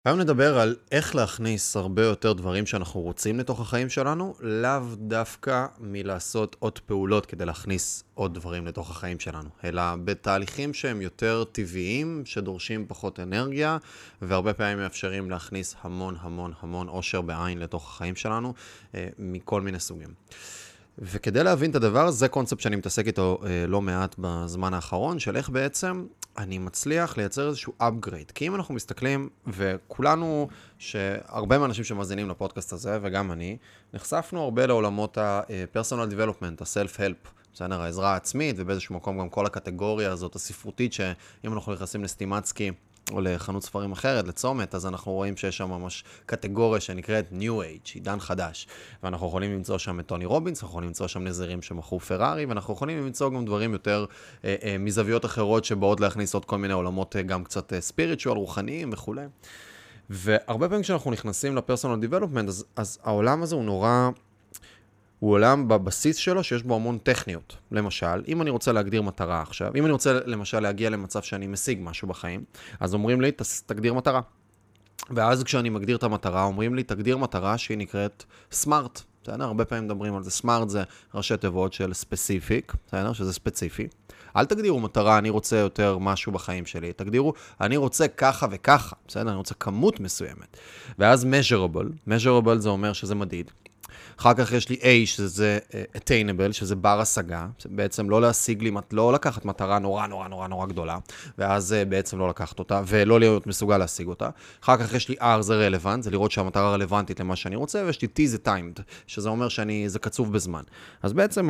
היום נדבר על איך להכניס הרבה יותר דברים שאנחנו רוצים לתוך החיים שלנו, לאו דווקא מלעשות עוד פעולות כדי להכניס עוד דברים לתוך החיים שלנו, אלא בתהליכים שהם יותר טבעיים, שדורשים פחות אנרגיה, והרבה פעמים מאפשרים להכניס המון המון המון אושר בעין לתוך החיים שלנו, מכל מיני סוגים. וכדי להבין את הדבר הזה, זה קונספט שאני מתעסק איתו לא מעט בזמן האחרון, של איך בעצם אני מצליח לייצר איזשהו upgrade. כי אם אנחנו מסתכלים, וכולנו, שהרבה מהאנשים שמאזינים לפודקאסט הזה, וגם אני, נחשפנו הרבה לעולמות ה-personal development, ה-self-help, בסדר, העזרה העצמית, ובאיזשהו מקום גם כל הקטגוריה הזאת הספרותית, שאם אנחנו נכנסים לסטימצקי, או לחנות ספרים אחרת, לצומת, אז אנחנו רואים שיש שם ממש קטגוריה שנקראת New Age, עידן חדש. ואנחנו יכולים למצוא שם את טוני רובינס, אנחנו יכולים למצוא שם נזירים שמכרו פרארי, ואנחנו יכולים למצוא גם דברים יותר מזוויות אחרות שבאות להכניס עוד כל מיני עולמות גם קצת ספיריטואל, רוחניים וכו'. והרבה פעמים כשאנחנו נכנסים לפרסונל דיבלופמנט, אז העולם הזה הוא עולם בבסיס שלו שיש בו המון טכניות. למשל, אם אני רוצה להגדיר מטרה עכשיו, אם אני רוצה למשל להגיע למצב שאני משיג משהו בחיים, אז אומרים לי, תגדיר מטרה. ואז כשאני מגדיר את המטרה, אומרים לי, תגדיר מטרה שהיא נקראת סמארט. בסדר? הרבה פעמים מדברים על זה. סמארט זה ראשי תיבות של ספציפיק, בסדר? שזה ספציפי. אל תגדירו מטרה, אני רוצה יותר משהו בחיים שלי. תגדירו, אני רוצה ככה וככה. בסדר? אני רוצה כמות מסוימת. ואז measurable זה אומר שזה מדיד. אחר כך יש לי A, שזה attainable, שזה בר השגה, בעצם לא להשיג לי, לא לקחת מטרה נורא נורא נורא נורא גדולה, ואז בעצם לא לקחת אותה, ולא להיות מסוגל להשיג אותה. אחר כך יש לי R, זה relevant, זה לראות שהמטרה רלוונטית למה שאני רוצה, ויש לי T, זה timed, שזה אומר זה קצוב בזמן. אז בעצם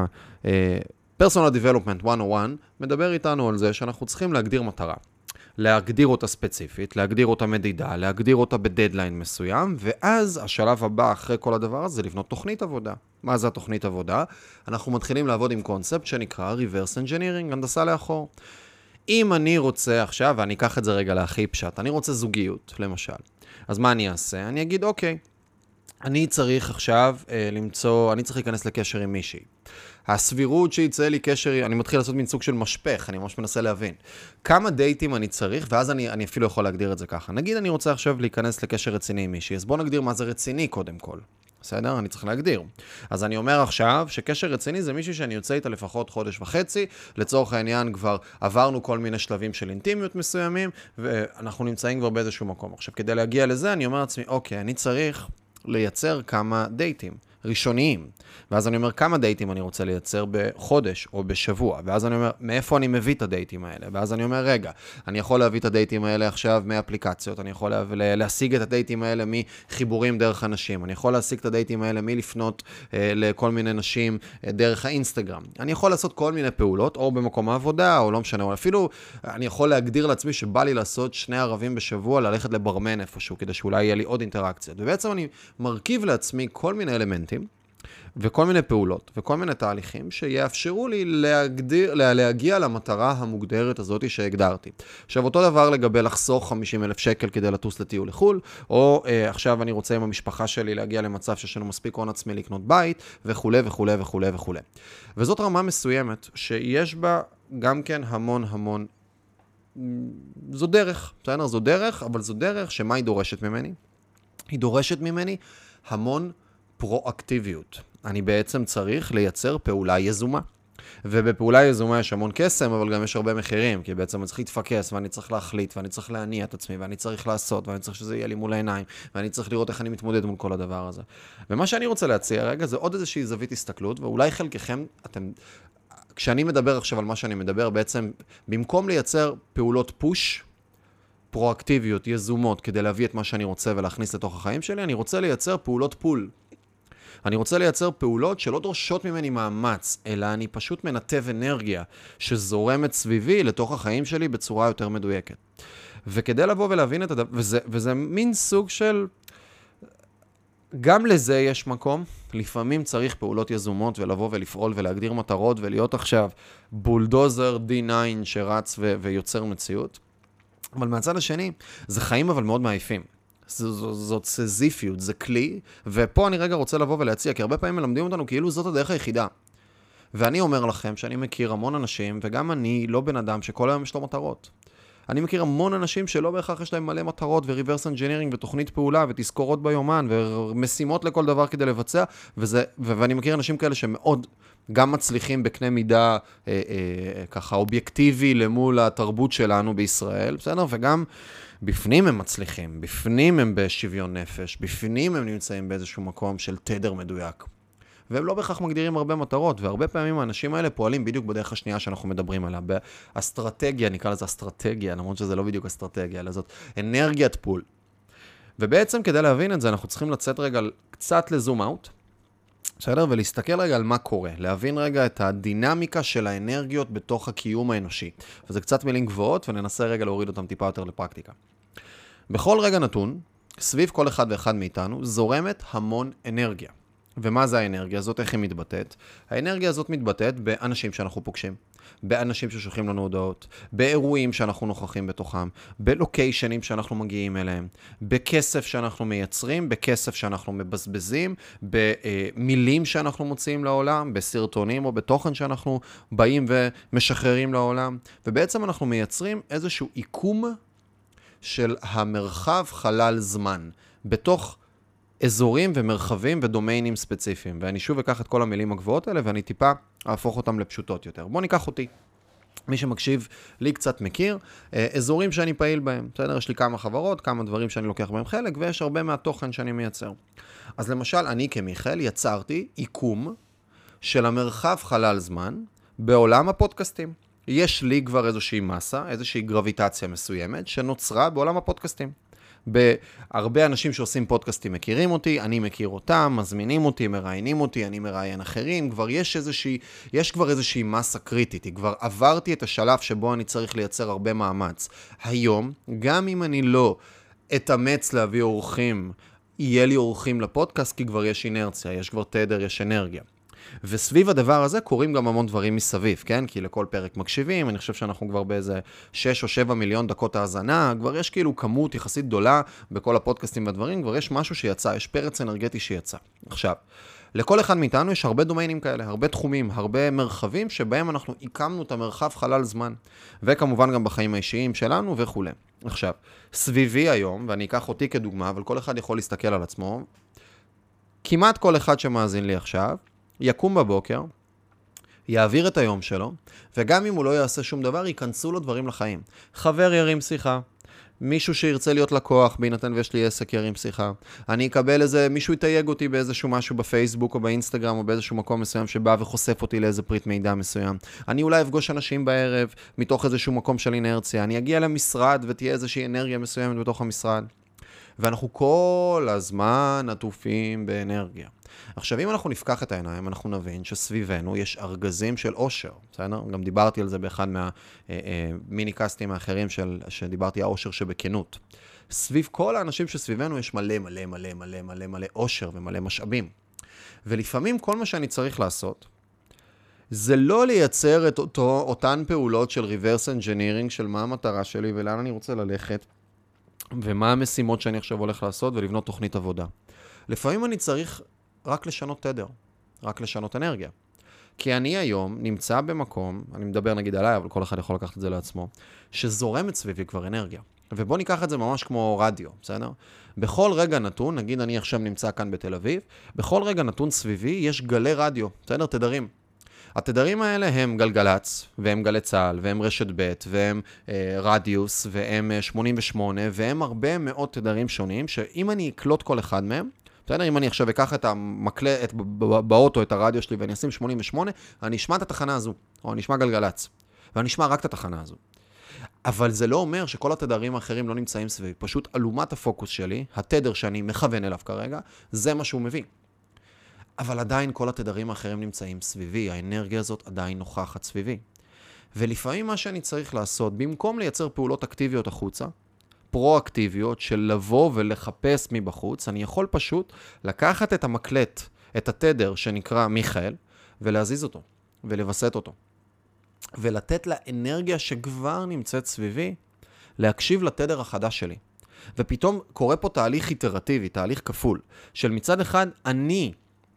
Personal Development 101 מדבר איתנו על זה שאנחנו צריכים להגדיר מטרה. להגדיר אותה ספציפית, להגדיר אותה מדידה, להגדיר אותה בדדליין מסוים, ואז השלב הבא אחרי כל הדבר הזה, לבנות תוכנית עבודה. מה זה התוכנית עבודה? אנחנו מתחילים לעבוד עם קונספט שנקרא Reverse Engineering, הנדסה לאחור. אם אני רוצה עכשיו, ואני אקח את זה רגע להכי פשט, אני רוצה זוגיות, למשל. אז מה אני אעשה? אני אגיד, אוקיי, אני צריך עכשיו אני צריך להיכנס לקשר עם מישהי. הסבירות שיצא לי קשר, אני מתחיל לעשות מין סוג של משפך, אני ממש מנסה להבין. כמה דייטים אני צריך, ואז אני אפילו יכול להגדיר את זה ככה. נגיד אני רוצה עכשיו להיכנס לקשר רציני עם מישהי, אז בוא נגדיר מה זה רציני קודם כל. בסדר? אני צריך להגדיר. אז אני אומר עכשיו שקשר רציני זה מישהי שאני יוצא איתה לפחות חודש וחצי, לצורך העניין כבר עברנו כל מיני שלבים של אינטימיות מסוימים, ואנחנו נמצאים כבר באיזשהו מקום. עכשיו, כדי להגיע לזה, אני אומר לעצמי, אוקיי, אני צריך לייצר כמה דייטים ראשוניים. ואז אני אומר, כמה דייטים אני רוצה לייצר בחודש או בשבוע. ואז אני אומר, מאיפה אני מביא את הדייטים האלה? ואז אני אומר, רגע, אני יכול להביא את הדייטים האלה עכשיו מאפליקציות, אני יכול להשיג את הדייטים האלה מחיבורים דרך אנשים, אני יכול להשיג את הדייטים האלה מלפנות לכל מיני נשים דרך האינסטגרם. אני יכול לעשות כל מיני פעולות, או במקום העבודה, או לא משנה, או אפילו אני יכול להגדיר לעצמי שבא לי לעשות 2 ערבים בשבוע, ללכת לברמן איפשהו, כדי שאולי יהיה לי עוד אינטראקציות. ובעצם אני מרכיב לעצמי כל מיני אלמנטים, וכל מיני פעולות, וכל מיני תהליכים שיאפשרו לי להגיע למטרה המוגדרת הזאת שהגדרתי. עכשיו, אותו דבר לגבי לחסוך 50,000 שקל כדי לטוס לטיול לחול, או עכשיו אני רוצה עם המשפחה שלי להגיע למצב שיש לנו מספיק הון עצמי לקנות בית, וכו' וכו' וכו' וכו'. וזאת רמה מסוימת שיש בה גם כן המון המון, זו דרך, בסדר? זו דרך, אבל זו דרך שמה היא דורשת ממני? היא דורשת ממני המון פרואקטיביות. אני בעצם צריך לייצר פעולה יזומה. ובפעולה יזומה יש המון קסם, אבל גם יש הרבה מחירים, כי בעצם אני צריך להתפקס, ואני צריך להחליט, ואני צריך להניע את עצמי, ואני צריך לעשות, ואני צריך שזה יהיה לי מול העיניים, ואני צריך לראות איך אני מתמודד מול כל הדבר הזה. ומה שאני רוצה להציע רגע, זה עוד איזושהי זווית הסתכלות, ואולי חלקכם, כשאני מדבר עכשיו על מה שאני מדבר, בעצם, במקום לייצר פעולות פוש, פרואקטיביות, יזומות, כדי להביא את מה שאני רוצה ולהכניס לתוך החיים שלי, אני רוצה לייצר פעולות פול. אני רוצה לייצר פעולות שלא דורשות ממני מאמץ, אלא אני פשוט מנתב אנרגיה שזורמת סביבי לתוך החיים שלי בצורה יותר מדויקת. וכדי לבוא ולהבין את הדבר, וזה מין סוג של, גם לזה יש מקום, לפעמים צריך פעולות יזומות ולבוא ולפעול ולהגדיר מטרות ולהיות עכשיו בולדוזר D9 שרץ ויוצר מציאות. אבל מהצד השני, זה חיים אבל מאוד מעייפים. זאת סזיפיות, זה כלי, ופה אני רגע רוצה לבוא ולהציע, כי הרבה פעמים מלמדים אותנו כאילו זאת הדרך היחידה. ואני אומר לכם שאני מכיר המון אנשים, וגם אני לא בן אדם שכל היום יש לו מטרות. אני מכיר המון אנשים שלא בהכרח יש להם מלא מטרות וריברס אנג'ינירינג ותוכנית פעולה ותזכורות ביומן ומשימות לכל דבר כדי לבצע, ואני מכיר אנשים כאלה שמאוד גם מצליחים בקנה מידה ככה אובייקטיבי למול התרבות שלנו בישראל, בסדר? וגם בפנים הם מצליחים, בפנים הם בשוויון נפש, בפנים הם נמצאים באיזשהו מקום של תדר מדויק. והם לא בהכרח מגדירים הרבה מטרות, והרבה פעמים האנשים האלה פועלים בדיוק בדרך השנייה שאנחנו מדברים עליה, באסטרטגיה, נקרא לזה אסטרטגיה, למרות שזה לא בדיוק אסטרטגיה, אלא זאת אנרגיית פול. ובעצם כדי להבין את זה, אנחנו צריכים לצאת רגע קצת לזום אאוט, בסדר? ולהסתכל רגע על מה קורה, להבין רגע את הדינמיקה של האנרגיות בתוך הקיום האנושי. וזה קצת מילים גבוהות, וננסה רגע להוריד אותם טיפה יותר לפרקטיקה. בכל רגע נתון, סביב כל אחד ואחד מאיתנו, זורמת המון אנרגיה. ומה זה האנרגיה הזאת? איך היא מתבטאת? האנרגיה הזאת מתבטאת באנשים שאנחנו פוגשים, באנשים ששולחים לנו הודעות, באירועים שאנחנו נוכחים בתוכם, בלוקיישנים שאנחנו מגיעים אליהם, בכסף שאנחנו מייצרים, בכסף שאנחנו מבזבזים, במילים שאנחנו מוציאים לעולם, בסרטונים או בתוכן שאנחנו באים ומשחררים לעולם, ובעצם אנחנו מייצרים איזשהו עיקום של המרחב חלל זמן, בתוך אזורים ומרחבים ודומיינים ספציפיים. ואני שוב אקח את כל המילים הגבוהות האלה, ואני טיפה אהפוך אותם לפשוטות יותר. בוא ניקח אותי. מי שמקשיב לי קצת מכיר, אזורים שאני פעיל בהם. בסדר? יש לי כמה חברות, כמה דברים שאני לוקח בהם חלק, ויש הרבה מהתוכן שאני מייצר. אז למשל, אני כמיכאל יצרתי עיקום של המרחב חלל זמן בעולם הפודקאסטים. יש לי כבר איזושהי מסה, איזושהי גרביטציה מסוימת, שנוצרה בעולם הפודקאסטים. בהרבה אנשים שעושים פודקאסטים מכירים אותי, אני מכיר אותם, מזמינים אותי, מראיינים אותי, אני מראיין אחרים, כבר יש כבר איזושהי מסה קריטית, כבר עברתי את השלב שבו אני צריך לייצר הרבה מאמץ. היום, גם אם אני לא אתאמץ להביא אורחים, יהיה לי אורחים לפודקאסט, כי כבר יש אינרציה, יש כבר תדר, יש אנרגיה. וסביב הדבר הזה קורים גם המון דברים מסביב, כן? כי לכל פרק מקשיבים, אני חושב שאנחנו כבר באיזה 6 או 7 מיליון דקות האזנה, כבר יש כאילו כמות יחסית גדולה בכל הפודקאסטים והדברים, כבר יש משהו שיצא, יש פרץ אנרגטי שיצא. עכשיו, לכל אחד מאיתנו יש הרבה דומיינים כאלה, הרבה תחומים, הרבה מרחבים שבהם אנחנו הקמנו את המרחב חלל זמן, וכמובן גם בחיים האישיים שלנו וכו'. עכשיו, סביבי היום, ואני אקח אותי כדוגמה, אבל כל אחד יכול להסתכל על עצמו, כמעט כל אחד שמאזין לי עכשיו, יקום בבוקר, יעביר את היום שלו, וגם אם הוא לא יעשה שום דבר, ייכנסו לו דברים לחיים. חבר ירים שיחה, מישהו שירצה להיות לקוח, בהינתן ויש לי עסק ירים שיחה. אני אקבל מישהו יתייג אותי באיזשהו משהו בפייסבוק או באינסטגרם או באיזשהו מקום מסוים שבא וחושף אותי לאיזה פריט מידע מסוים. אני אולי אפגוש אנשים בערב מתוך איזשהו מקום של אינרציה. אני אגיע למשרד ותהיה איזושהי אנרגיה מסוימת בתוך המשרד. ואנחנו כל הזמן עטופים באנרגיה. עכשיו, אם אנחנו נפקח את העיניים, אנחנו נבין שסביבנו יש ארגזים של אושר, בסדר? גם דיברתי על זה באחד מהמיני-קאסטים האחרים שדיברתי, האושר שבכנות. סביב כל האנשים שסביבנו יש מלא מלא מלא מלא מלא מלא אושר ומלא משאבים. ולפעמים כל מה שאני צריך לעשות, זה לא לייצר את אותן פעולות של reverse engineering, של מה המטרה שלי ולאן אני רוצה ללכת, ומה המשימות שאני עכשיו הולך לעשות ולבנות תוכנית עבודה. לפעמים אני צריך רק לשנות תדר, רק לשנות אנרגיה. כי אני היום נמצא במקום, אני מדבר נגיד עליי, אבל כל אחד יכול לקחת את זה לעצמו, שזורמת סביבי כבר אנרגיה. ובוא ניקח את זה ממש כמו רדיו, בסדר? בכל רגע נתון, נגיד אני עכשיו נמצא כאן בתל אביב, בכל רגע נתון סביבי יש גלי רדיו, בסדר? תדרים. התדרים האלה הם גלגלץ, והם גלי צהל, והם רשת ב', והם רדיוס, והם 88, והם הרבה מאוד תדרים שונים, שאם אני אקלוט כל אחד מהם, בסדר? אם אני עכשיו אקח את המקלט באוטו, את הרדיו שלי, ואני אשים 88, אני אשמע את התחנה הזו, או אני אשמע גלגלץ, ואני אשמע רק את התחנה הזו. אבל זה לא אומר שכל התדרים האחרים לא נמצאים סביבי, פשוט אלומת הפוקוס שלי, התדר שאני מכוון אליו כרגע, זה מה שהוא מביא. אבל עדיין כל התדרים האחרים נמצאים סביבי, האנרגיה הזאת עדיין נוכחת סביבי. ולפעמים מה שאני צריך לעשות, במקום לייצר פעולות אקטיביות החוצה, פרו-אקטיביות של לבוא ולחפש מבחוץ, אני יכול פשוט לקחת את המקלט, את התדר שנקרא מיכאל, ולהזיז אותו, ולבסט אותו. ולתת לאנרגיה שכבר נמצאת סביבי, להקשיב לתדר החדש שלי. ופתאום קורה פה תהליך איטרטיבי, תהליך כפול, של מצד אחד אני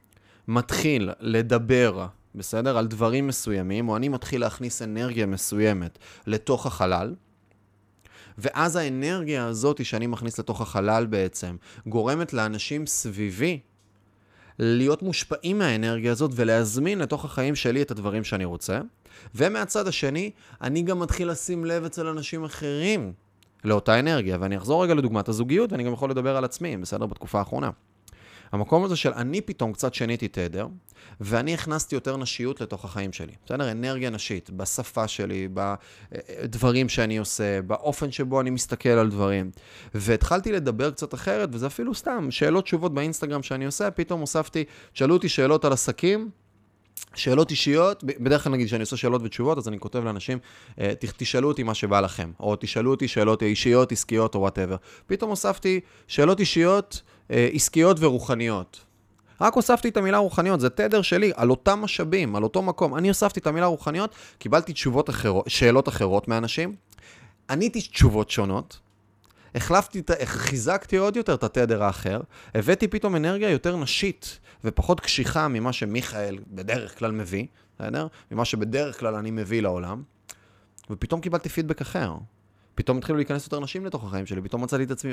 מתחיל לדבר, בסדר, על דברים מסוימים, או אני מתחיל להכניס אנרגיה מסוימת לתוך החלל, ואז האנרגיה הזאת שאני מכניס לתוך החלל בעצם, גורמת לאנשים סביבי להיות מושפעים מהאנרגיה הזאת ולהזמין לתוך החיים שלי את הדברים שאני רוצה. ומהצד השני, אני גם מתחיל לשים לב אצל אנשים אחרים לאותה אנרגיה. ואני אחזור רגע לדוגמת הזוגיות, ואני גם יכול לדבר על עצמי, בסדר, בתקופה האחרונה. המקום הזה של אני פתאום קצת שניתי תדר, ואני הכנסתי יותר נשיות לתוך החיים שלי. בסדר? אנרגיה נשית, בשפה שלי, בדברים שאני עושה, באופן שבו אני מסתכל על דברים. והתחלתי לדבר קצת אחרת, וזה אפילו סתם, שאלות תשובות באינסטגרם שאני עושה, פתאום הוספתי, שאלו אותי שאלות על עסקים, שאלות אישיות, בדרך כלל נגיד שאני עושה שאלות ותשובות, אז אני כותב לאנשים, תשאלו אותי מה שבא לכם, או תשאלו אותי שאלות אישיות, עסקיות או whatever. פתאום הוספתי שאלות אישיות, עסקיות ורוחניות. רק הוספתי את המילה רוחניות, זה תדר שלי, על אותם משאבים, על אותו מקום. אני הוספתי את המילה רוחניות, קיבלתי תשובות אחרות, שאלות אחרות מאנשים, עניתי תשובות שונות, חיזקתי עוד יותר את התדר האחר, הבאתי פתאום אנרגיה יותר נשית ופחות קשיחה ממה שמיכאל בדרך כלל מביא, ממה שבדרך כלל אני מביא לעולם, ופתאום קיבלתי פידבק אחר. פתאום התחילו להיכנס יותר נשים לתוך החיים שלי, פתאום מצאתי את עצמי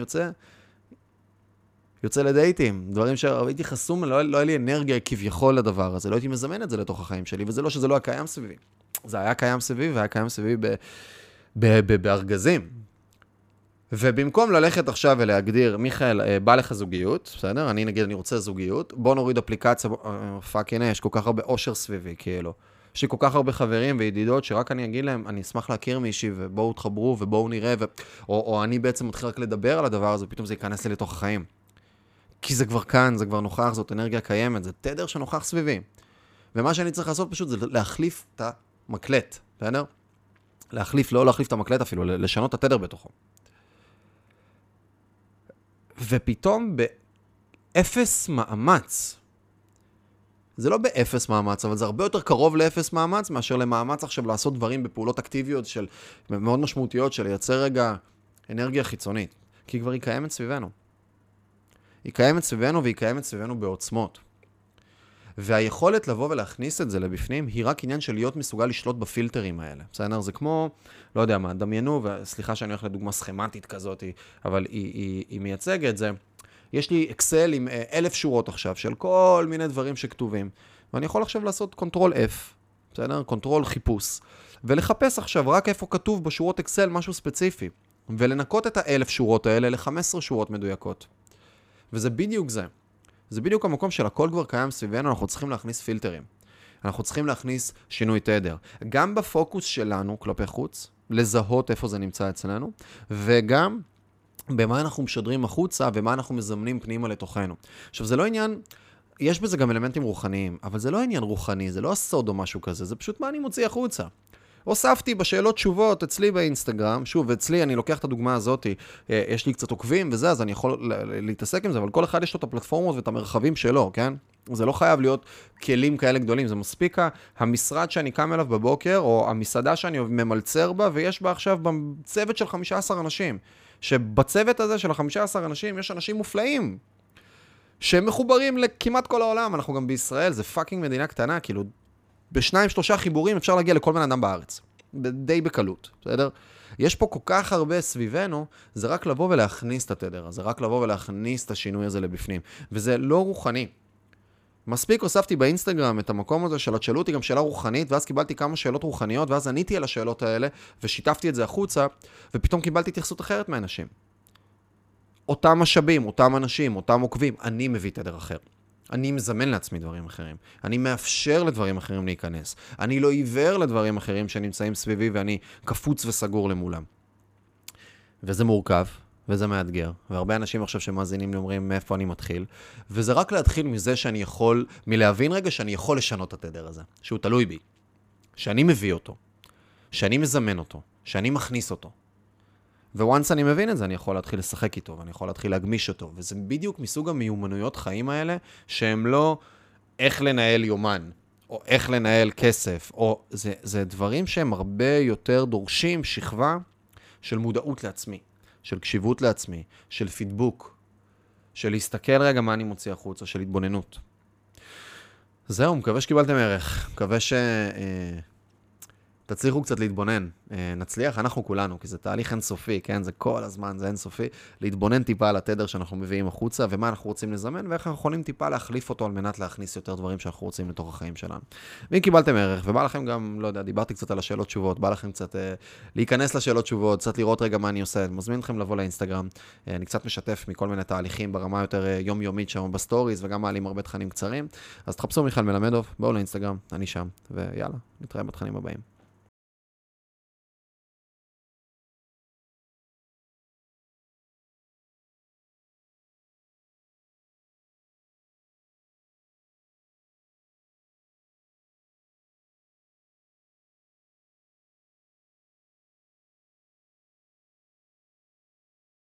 יוצא לדייטים, דברים שהייתי חסום, לא היה לי אנרגיה כביכול לדבר הזה, לא הייתי מזמן את זה לתוך החיים שלי, וזה לא שזה לא היה קיים סביבי. זה היה קיים סביבי, והיה קיים סביבי בארגזים. ובמקום ללכת עכשיו ולהגדיר, מיכאל, בא לך זוגיות, בסדר? אני נגיד, אני רוצה זוגיות, בוא נוריד אפליקציה, פאקינג, יש כל כך הרבה אושר סביבי, כאילו. יש לי כל כך הרבה חברים וידידות, שרק אני אגיד להם, אני אשמח להכיר מישהי, ובואו תחברו, ובואו נראה, או אני בעצם מתחיל רק לדבר על הדבר הזה, ופתאום זה ייכנס לי לתוך החיים. כי זה כבר כאן, זה כבר נוכח, זאת אנרגיה קיימת, זה תדר שנוכח סביבי. ומה שאני צריך לעשות פשוט זה להחליף את המקלט, בסדר? לא להחליף את המקלט אפילו, לשנות את התדר בתוכו. ופתאום באפס מאמץ, זה לא באפס מאמץ, אבל זה הרבה יותר קרוב לאפס מאמץ, מאשר למאמץ עכשיו לעשות דברים בפעולות אקטיביות מאוד משמעותיות, של לייצר רגע אנרגיה חיצונית. כי כבר היא קיימת סביבנו. היא קיימת סביבנו והיא קיימת סביבנו בעוצמות. והיכולת לבוא ולהכניס את זה לבפנים, היא רק עניין של להיות מסוגל לשלוט בפילטרים האלה. בסדר? זה כמו, לא יודע מה, דמיינו, וסליחה שאני הולך לדוגמה סכמטית כזאת, אבל היא מייצגת זה. יש לי אקסל עם 1,000 שורות עכשיו, של כל מיני דברים שכתובים, ואני יכול עכשיו לעשות קונטרול F, בסדר? קונטרול חיפוש, ולחפש עכשיו רק איפה כתוב בשורות אקסל משהו ספציפי, ולנקות את 1,000 שורות האלה ל-15 שורות מדויקות. וזה בדיוק זה. זה בדיוק המקום של הכל כבר קיים סביבנו, אנחנו צריכים להכניס פילטרים. אנחנו צריכים להכניס שינוי תדר. גם בפוקוס שלנו כלפי חוץ, לזהות איפה זה נמצא אצלנו, וגם במה אנחנו משדרים החוצה ומה אנחנו מזמנים פנימה לתוכנו. עכשיו, זה לא עניין, יש בזה גם אלמנטים רוחניים, אבל זה לא עניין רוחני, זה לא הסוד או משהו כזה, זה פשוט מה אני מוציא החוצה. הוספתי בשאלות תשובות אצלי באינסטגרם, שוב, אצלי אני לוקח את הדוגמה הזאת, יש לי קצת עוקבים וזה, אז אני יכול להתעסק עם זה, אבל כל אחד יש לו את הפלטפורמות ואת המרחבים שלו, כן? זה לא חייב להיות כלים כאלה גדולים, זה מספיק המשרד שאני קם אליו בבוקר, או המסעדה שאני ממלצר בה, ויש בה עכשיו בצוות של 15 אנשים, שבצוות הזה של 15 אנשים יש אנשים מופלאים, שהם מחוברים לכמעט כל העולם, אנחנו גם בישראל, זה פאקינג מדינה קטנה, כאילו, בשניים, שלושה חיבורים אפשר להגיע לכל בן אדם בארץ. די בקלות, בסדר? יש פה כל כך הרבה סביבנו, זה רק לבוא ולהכניס את התדר הזה, רק לבוא ולהכניס את השינוי הזה לבפנים. וזה לא רוחני. מספיק הוספתי באינסטגרם את המקום הזה של תשאלו אותי גם שאלה רוחנית, ואז קיבלתי כמה שאלות רוחניות, ואז עניתי על השאלות האלה, ושיתפתי את זה החוצה, ופתאום קיבלתי התייחסות אחרת מהאנשים. אותם משאבים, אותם אנשים, אותם עוקבים, אני מביא תדר אחר. אני מזמן לעצמי דברים אחרים. אני מאפשר לדברים אחרים להיכנס. אני לא עיוור לדברים אחרים שנמצאים סביבי ואני קפוץ וסגור למולם. וזה מורכב, וזה מאתגר. והרבה אנשים עכשיו שמאזינים לי אומרים מאיפה אני מתחיל. וזה רק להתחיל מזה שאני יכול, מלהבין רגע שאני יכול לשנות את התדר הזה. שהוא תלוי בי. שאני מביא אותו. שאני מזמן אותו. שאני מכניס אותו. וואנס אני מבין את זה, אני יכול להתחיל לשחק איתו, ואני יכול להתחיל להגמיש אותו, וזה בדיוק מסוג המיומנויות חיים האלה, שהם לא איך לנהל יומן, או איך לנהל כסף, או זה דברים שהם הרבה יותר דורשים שכבה של מודעות לעצמי, של קשיבות לעצמי, של פידבוק, של להסתכל רגע מה אני מוציא החוצה, של התבוננות. זהו, מקווה שקיבלתם ערך, מקווה תצליחו קצת להתבונן, נצליח, אנחנו כולנו, כי זה תהליך אינסופי, כן? זה כל הזמן, זה אינסופי, להתבונן טיפה על התדר שאנחנו מביאים החוצה, ומה אנחנו רוצים לזמן, ואיך אנחנו יכולים טיפה להחליף אותו על מנת להכניס יותר דברים שאנחנו רוצים לתוך החיים שלנו. ואם קיבלתם ערך, ובא לכם גם, לא יודע, דיברתי קצת על השאלות תשובות, בא לכם קצת להיכנס לשאלות תשובות, קצת לראות רגע מה אני עושה, מזמין אתכם לבוא לאינסטגרם, אני קצת משתף מכל מיני תהליכים ברמה יותר יומיומית שם בסטוריז, וגם מעלים הרבה תכנים קצרים. אז תחפשו מיכאל מלמדוב, בואו לאינסטגרם, אני שם, ויאללה, נתראה בתכנים הבאים.